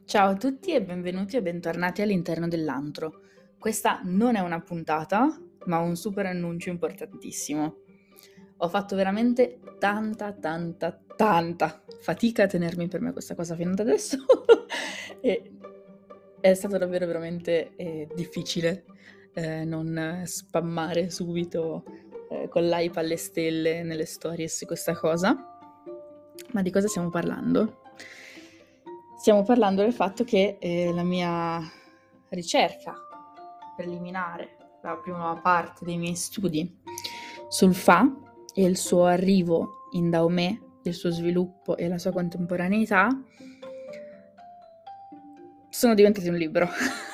Ciao a tutti e benvenuti e bentornati all'interno dell'antro. Questa non è una puntata, ma un super annuncio importantissimo. Ho fatto veramente tanta fatica a tenermi per me questa cosa fino ad adesso e è stato davvero veramente difficile non spammare subito con l'hype alle stelle nelle stories questa cosa. Ma di cosa stiamo parlando? Stiamo parlando del fatto che la mia ricerca preliminare, la prima parte dei miei studi sul Fa e il suo arrivo in Dahomey, il suo sviluppo e la sua contemporaneità, sono diventati un libro.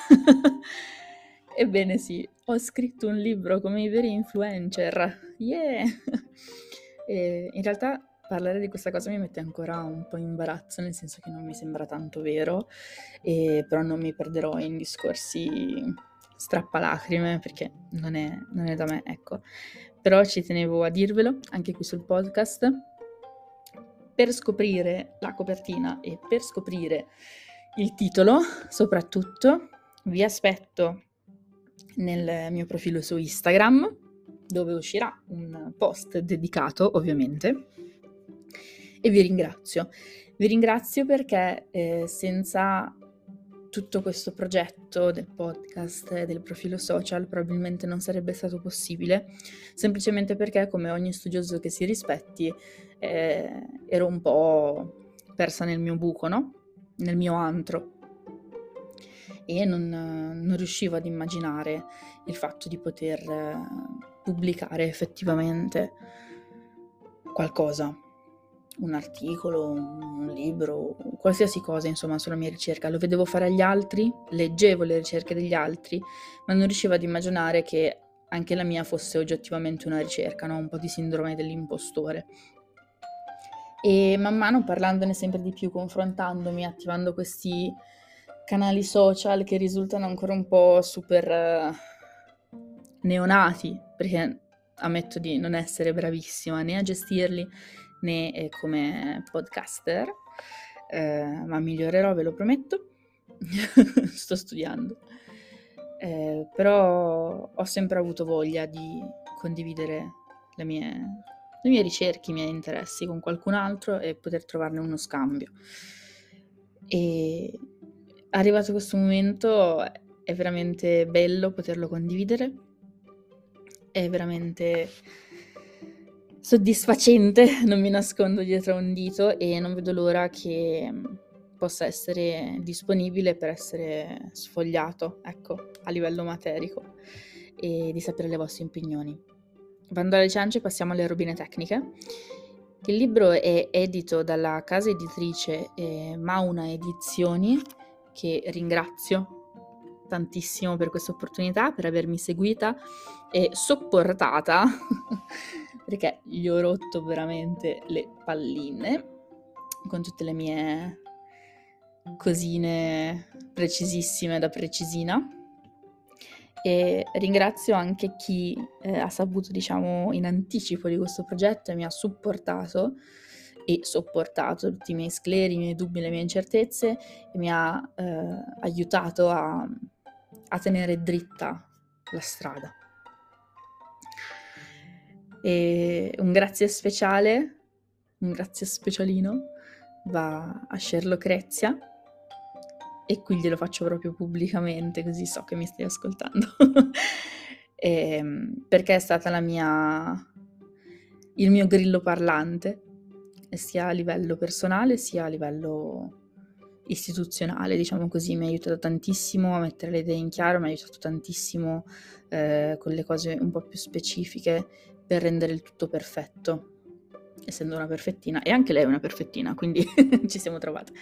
Ebbene sì, ho scritto un libro come i veri influencer. Yeah! E in realtà parlare di questa cosa mi mette ancora un po' in imbarazzo, nel senso che non mi sembra tanto vero, però non mi perderò in discorsi strappalacrime perché non è da me, ecco. Però ci tenevo a dirvelo anche qui sul podcast. Per scoprire la copertina e per scoprire il titolo, soprattutto, vi aspetto nel mio profilo su Instagram, dove uscirà un post dedicato, ovviamente, e vi ringrazio. Vi ringrazio perché senza tutto questo progetto del podcast e del profilo social probabilmente non sarebbe stato possibile, semplicemente perché, come ogni studioso che si rispetti, ero un po' persa nel mio buco, no? Nel mio antro. E non riuscivo ad immaginare il fatto di poter pubblicare effettivamente qualcosa, un articolo, un libro, qualsiasi cosa, insomma, sulla mia ricerca. Lo vedevo fare agli altri, leggevo le ricerche degli altri, ma non riuscivo ad immaginare che anche la mia fosse oggettivamente una ricerca, no? Un po' di sindrome dell'impostore. E man mano parlandone sempre di più, confrontandomi, attivando questi canali social che risultano ancora un po' super neonati, perché ammetto di non essere bravissima né a gestirli né come podcaster, ma migliorerò, ve lo prometto. Sto studiando. Però ho sempre avuto voglia di condividere le mie ricerche, i miei interessi con qualcun altro e poter trovarne uno scambio. E arrivato questo momento è veramente bello poterlo condividere, è veramente soddisfacente, non mi nascondo dietro a un dito e non vedo l'ora che possa essere disponibile per essere sfogliato, ecco, a livello materico e di sapere le vostre opinioni. Bando alle ciance, passiamo alle robine tecniche. Il libro è edito dalla casa editrice Mauna Edizioni, che ringrazio tantissimo per questa opportunità, per avermi seguita e sopportata, perché gli ho rotto veramente le palline con tutte le mie cosine precisissime da precisina. E ringrazio anche chi ha saputo, diciamo, in anticipo di questo progetto e mi ha supportato e sopportato tutti i miei scleri, i miei dubbi, le mie incertezze e mi ha aiutato a tenere dritta la strada. E un grazie speciale, un grazie specialino va a Sherlock Rezia, e qui glielo faccio proprio pubblicamente, così so che mi stai ascoltando. Perché è stata il mio grillo parlante, sia a livello personale sia a livello istituzionale, diciamo così. Mi ha aiutato tantissimo a mettere le idee in chiaro, mi ha aiutato tantissimo con le cose un po' più specifiche per rendere il tutto perfetto, essendo una perfettina, e anche lei è una perfettina, quindi ci siamo trovate.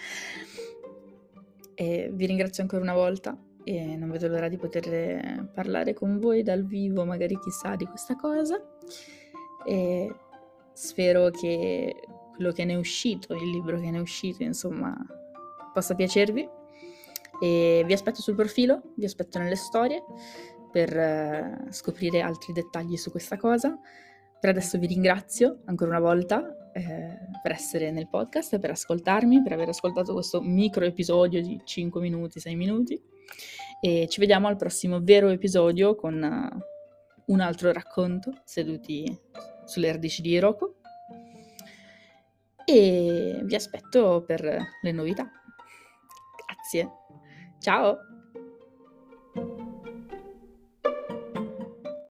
E vi ringrazio ancora una volta e non vedo l'ora di poter parlare con voi dal vivo, magari chissà, di questa cosa, e spero che quello che ne è uscito, il libro che ne è uscito, insomma, possa piacervi. E vi aspetto sul profilo, vi aspetto nelle storie per scoprire altri dettagli su questa cosa. Per adesso vi ringrazio ancora una volta, per essere nel podcast, per ascoltarmi, per aver ascoltato questo micro episodio di 5 minuti, 6 minuti. E ci vediamo al prossimo vero episodio con un altro racconto seduti sulle radici di Iroko. E vi aspetto per le novità. Grazie. Ciao!